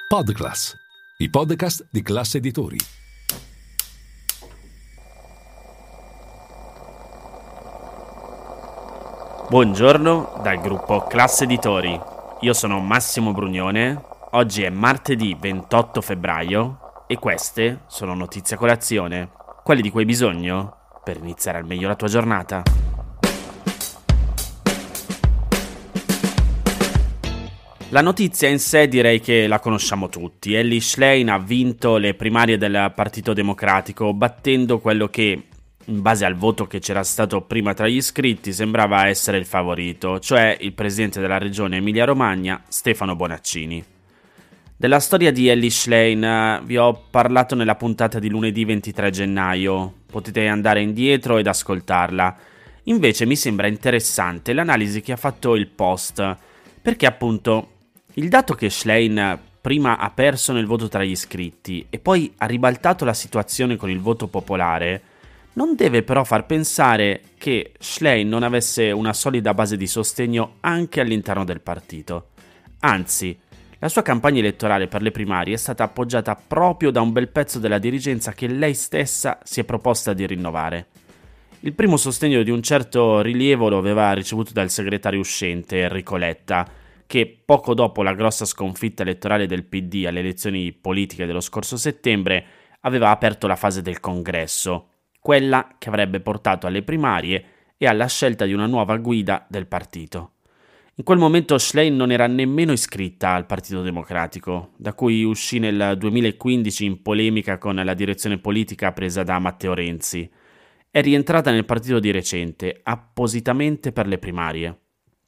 Podclass, i podcast di Classe Editori. Buongiorno dal gruppo Classe Editori. Io sono Massimo Brugnone. Oggi è martedì 28 febbraio e queste sono notizie a colazione, quelle di cui hai bisogno per iniziare al meglio la tua giornata. La notizia in sé direi che la conosciamo tutti. Elly Schlein ha vinto le primarie del Partito Democratico, battendo quello che, in base al voto che c'era stato prima tra gli iscritti, sembrava essere il favorito, cioè il presidente della regione Emilia-Romagna, Stefano Bonaccini. Della storia di Elly Schlein vi ho parlato nella puntata di lunedì 23 gennaio, potete andare indietro ed ascoltarla. Invece mi sembra interessante l'analisi che ha fatto il Post, perché appunto il dato che Schlein prima ha perso nel voto tra gli iscritti e poi ha ribaltato la situazione con il voto popolare non deve però far pensare che Schlein non avesse una solida base di sostegno anche all'interno del partito. Anzi, la sua campagna elettorale per le primarie è stata appoggiata proprio da un bel pezzo della dirigenza che lei stessa si è proposta di rinnovare. Il primo sostegno di un certo rilievo lo aveva ricevuto dal segretario uscente Enrico Letta, che poco dopo la grossa sconfitta elettorale del PD alle elezioni politiche dello scorso settembre aveva aperto la fase del congresso, quella che avrebbe portato alle primarie e alla scelta di una nuova guida del partito. In quel momento Schlein non era nemmeno iscritta al Partito Democratico, da cui uscì nel 2015 in polemica con la direzione politica presa da Matteo Renzi. È rientrata nel partito di recente, appositamente per le primarie.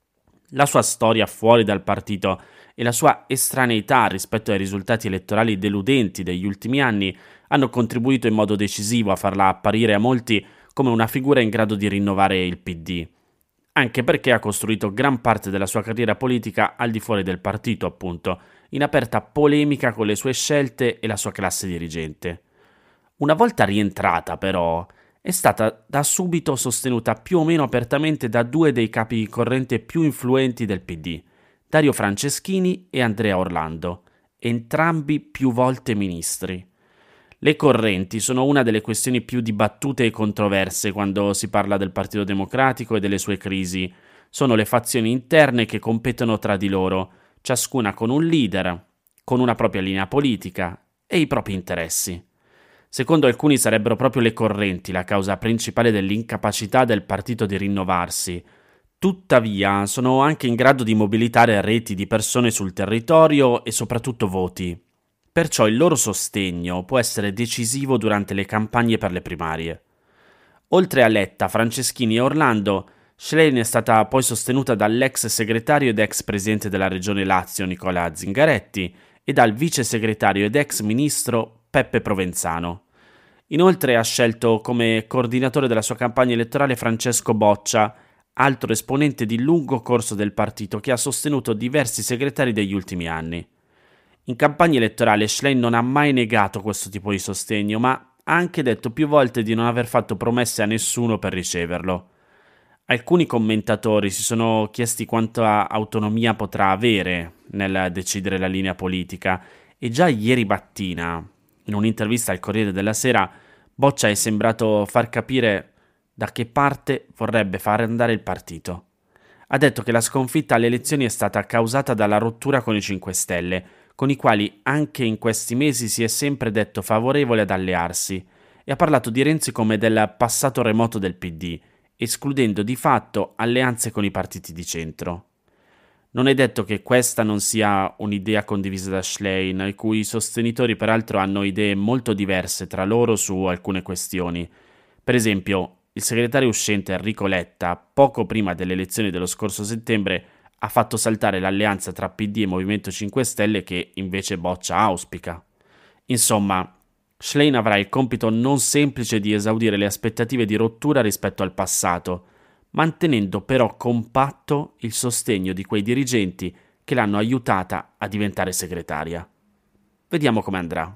La sua storia fuori dal partito e la sua estraneità rispetto ai risultati elettorali deludenti degli ultimi anni hanno contribuito in modo decisivo a farla apparire a molti come una figura in grado di rinnovare il PD, anche perché ha costruito gran parte della sua carriera politica al di fuori del partito, appunto, in aperta polemica con le sue scelte e la sua classe dirigente. Una volta rientrata, però, è stata da subito sostenuta più o meno apertamente da due dei capi corrente più influenti del PD, Dario Franceschini e Andrea Orlando, entrambi più volte ministri. Le correnti sono una delle questioni più dibattute e controverse quando si parla del Partito Democratico e delle sue crisi. Sono le fazioni interne che competono tra di loro, ciascuna con un leader, con una propria linea politica e i propri interessi. Secondo alcuni sarebbero proprio le correnti la causa principale dell'incapacità del partito di rinnovarsi. Tuttavia, sono anche in grado di mobilitare reti di persone sul territorio e soprattutto voti. Perciò il loro sostegno può essere decisivo durante le campagne per le primarie. Oltre a Letta, Franceschini e Orlando, Schlein è stata poi sostenuta dall'ex segretario ed ex presidente della regione Lazio Nicola Zingaretti e dal vice segretario ed ex ministro Peppe Provenzano. Inoltre ha scelto come coordinatore della sua campagna elettorale Francesco Boccia, altro esponente di lungo corso del partito che ha sostenuto diversi segretari degli ultimi anni. In campagna elettorale Schlein non ha mai negato questo tipo di sostegno, ma ha anche detto più volte di non aver fatto promesse a nessuno per riceverlo. Alcuni commentatori si sono chiesti quanta autonomia potrà avere nel decidere la linea politica e già ieri mattina, in un'intervista al Corriere della Sera, Boccia è sembrato far capire da che parte vorrebbe far andare il partito. Ha detto che la sconfitta alle elezioni è stata causata dalla rottura con i 5 Stelle, con i quali anche in questi mesi si è sempre detto favorevole ad allearsi, e ha parlato di Renzi come del passato remoto del PD, escludendo di fatto alleanze con i partiti di centro. Non è detto che questa non sia un'idea condivisa da Schlein, i cui sostenitori peraltro hanno idee molto diverse tra loro su alcune questioni. Per esempio, il segretario uscente Enrico Letta, poco prima delle elezioni dello scorso settembre, ha fatto saltare l'alleanza tra PD e Movimento 5 Stelle che invece Boccia auspica. Insomma, Schlein avrà il compito non semplice di esaudire le aspettative di rottura rispetto al passato, mantenendo però compatto il sostegno di quei dirigenti che l'hanno aiutata a diventare segretaria. Vediamo come andrà.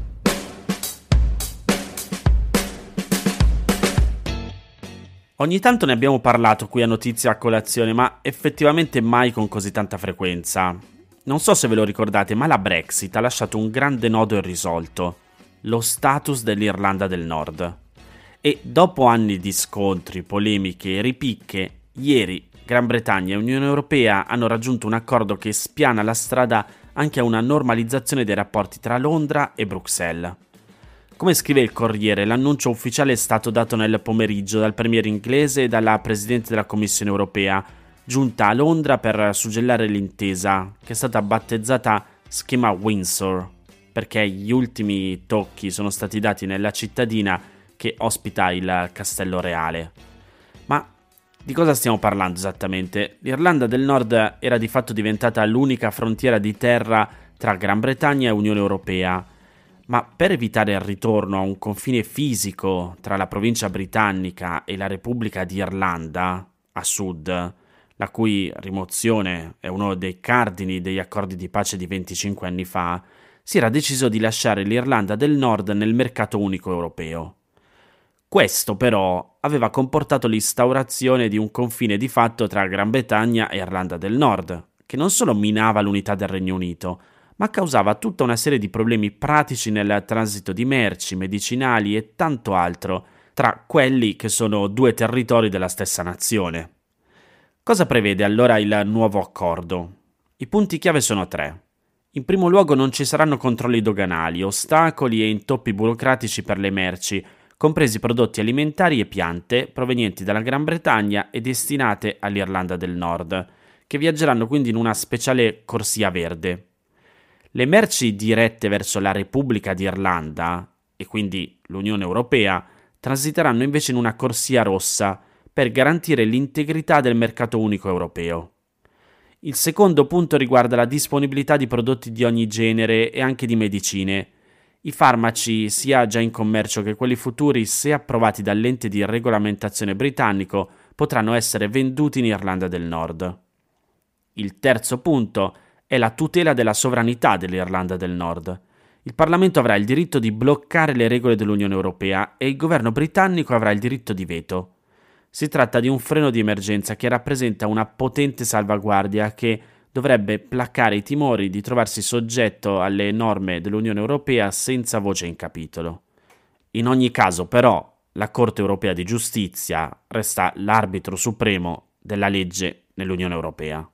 Ogni tanto ne abbiamo parlato qui a Notizia a Colazione, ma effettivamente mai con così tanta frequenza. Non so se ve lo ricordate, ma la Brexit ha lasciato un grande nodo irrisolto: lo status dell'Irlanda del Nord. E dopo anni di scontri, polemiche e ripicche, ieri Gran Bretagna e Unione Europea hanno raggiunto un accordo che spiana la strada anche a una normalizzazione dei rapporti tra Londra e Bruxelles. Come scrive il Corriere, l'annuncio ufficiale è stato dato nel pomeriggio dal premier inglese e dalla Presidente della Commissione Europea, giunta a Londra per suggellare l'intesa, che è stata battezzata schema Windsor, perché gli ultimi tocchi sono stati dati nella cittadina che ospita il Castello Reale. Ma di cosa stiamo parlando esattamente? L'Irlanda del Nord era di fatto diventata l'unica frontiera di terra tra Gran Bretagna e Unione Europea, ma per evitare il ritorno a un confine fisico tra la provincia britannica e la Repubblica di Irlanda, a sud, la cui rimozione è uno dei cardini degli accordi di pace di 25 anni fa, si era deciso di lasciare l'Irlanda del Nord nel mercato unico europeo. Questo però aveva comportato l'instaurazione di un confine di fatto tra Gran Bretagna e Irlanda del Nord, che non solo minava l'unità del Regno Unito, ma causava tutta una serie di problemi pratici nel transito di merci, medicinali e tanto altro, tra quelli che sono due territori della stessa nazione. Cosa prevede allora il nuovo accordo? I punti chiave sono 3. In primo luogo non ci saranno controlli doganali, ostacoli e intoppi burocratici per le merci, compresi prodotti alimentari e piante provenienti dalla Gran Bretagna e destinate all'Irlanda del Nord, che viaggeranno quindi in una speciale corsia verde. Le merci dirette verso la Repubblica di Irlanda, e quindi l'Unione Europea, transiteranno invece in una corsia rossa per garantire l'integrità del mercato unico europeo. Il secondo punto riguarda la disponibilità di prodotti di ogni genere e anche di medicine. I farmaci, sia già in commercio che quelli futuri, se approvati dall'ente di regolamentazione britannico, potranno essere venduti in Irlanda del Nord. Il terzo punto è la tutela della sovranità dell'Irlanda del Nord. Il Parlamento avrà il diritto di bloccare le regole dell'Unione Europea e il governo britannico avrà il diritto di veto. Si tratta di un freno di emergenza che rappresenta una potente salvaguardia che dovrebbe placare i timori di trovarsi soggetto alle norme dell'Unione Europea senza voce in capitolo. In ogni caso, però, la Corte Europea di Giustizia resta l'arbitro supremo della legge nell'Unione Europea.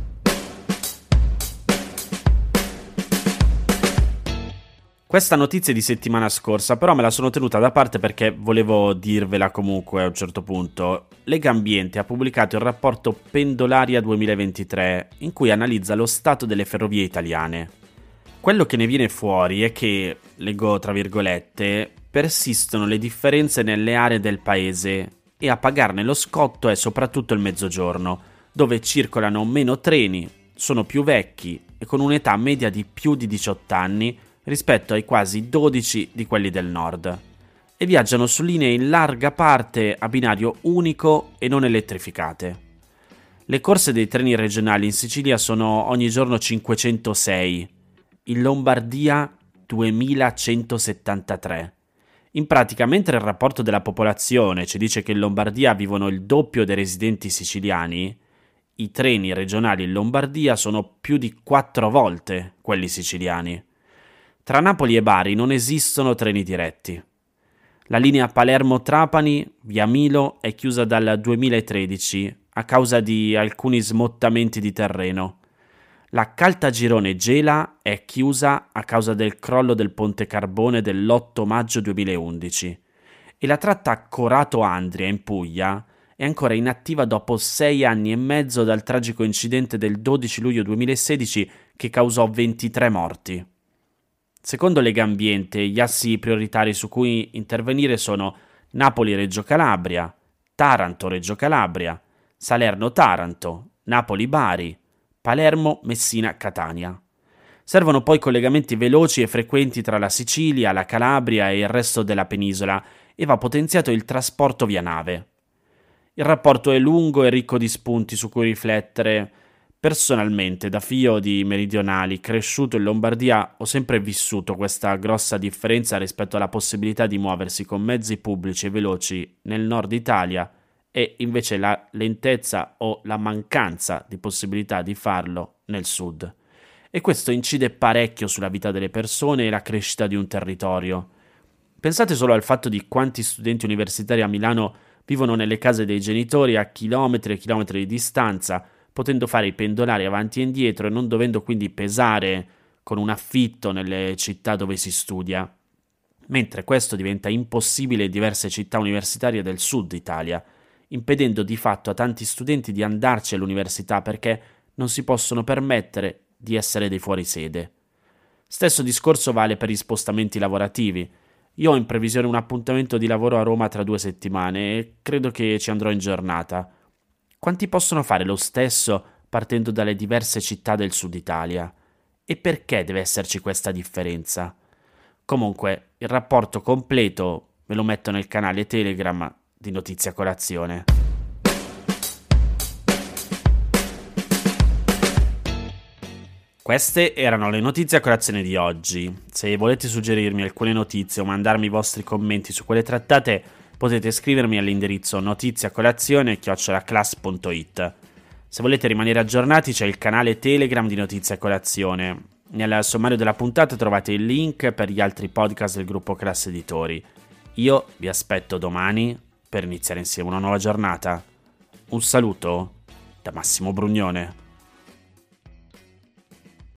Questa notizia è di settimana scorsa, però me la sono tenuta da parte perché volevo dirvela comunque a un certo punto. Legambiente ha pubblicato il rapporto Pendolaria 2023, in cui analizza lo stato delle ferrovie italiane. Quello che ne viene fuori è che, leggo tra virgolette, persistono le differenze nelle aree del paese e a pagarne lo scotto è soprattutto il Mezzogiorno, dove circolano meno treni, sono più vecchi e con un'età media di più di 18 anni, rispetto ai quasi 12 di quelli del nord, e viaggiano su linee in larga parte a binario unico e non elettrificate. Le corse dei treni regionali in Sicilia sono ogni giorno 506, in Lombardia 2173. In pratica, mentre il rapporto della popolazione ci dice che in Lombardia vivono il doppio dei residenti siciliani, i treni regionali in Lombardia sono più di 4 volte quelli siciliani. Tra Napoli e Bari non esistono treni diretti. La linea Palermo-Trapani, via Milo, è chiusa dal 2013 a causa di alcuni smottamenti di terreno. La Caltagirone-Gela è chiusa a causa del crollo del Ponte Carbone dell'8 maggio 2011 e la tratta Corato-Andria in Puglia è ancora inattiva dopo 6 anni e mezzo dal tragico incidente del 12 luglio 2016 che causò 23 morti. Secondo Legambiente, gli assi prioritari su cui intervenire sono Napoli-Reggio Calabria, Taranto-Reggio Calabria, Salerno-Taranto, Napoli-Bari, Palermo-Messina-Catania. Servono poi collegamenti veloci e frequenti tra la Sicilia, la Calabria e il resto della penisola e va potenziato il trasporto via nave. Il rapporto è lungo e ricco di spunti su cui riflettere. Personalmente, da figlio di meridionali cresciuto in Lombardia, ho sempre vissuto questa grossa differenza rispetto alla possibilità di muoversi con mezzi pubblici e veloci nel nord Italia e invece la lentezza o la mancanza di possibilità di farlo nel sud. e questo incide parecchio sulla vita delle persone e la crescita di un territorio. Pensate solo al fatto di quanti studenti universitari a Milano vivono nelle case dei genitori a chilometri e chilometri di distanza, potendo fare i pendolari avanti e indietro e non dovendo quindi pesare con un affitto nelle città dove si studia. Mentre questo diventa impossibile in diverse città universitarie del sud Italia, impedendo di fatto a tanti studenti di andarci all'università perché non si possono permettere di essere dei fuorisede. Stesso discorso vale per gli spostamenti lavorativi. Io ho in previsione un appuntamento di lavoro a Roma tra 2 settimane e credo che ci andrò in giornata. Quanti possono fare lo stesso partendo dalle diverse città del sud Italia? E perché deve esserci questa differenza? Comunque, il rapporto completo ve lo metto nel canale Telegram di Notizia Colazione. Queste erano le notizie a colazione di oggi. Se volete suggerirmi alcune notizie o mandarmi i vostri commenti su quelle trattate, potete scrivermi all'indirizzo notiziacolazione@class.it. Se volete rimanere aggiornati c'è il canale Telegram di Notizia Colazione. Nel sommario della puntata trovate il link per gli altri podcast del gruppo Class Editori. Io vi aspetto domani per iniziare insieme una nuova giornata. Un saluto da Massimo Brugnone.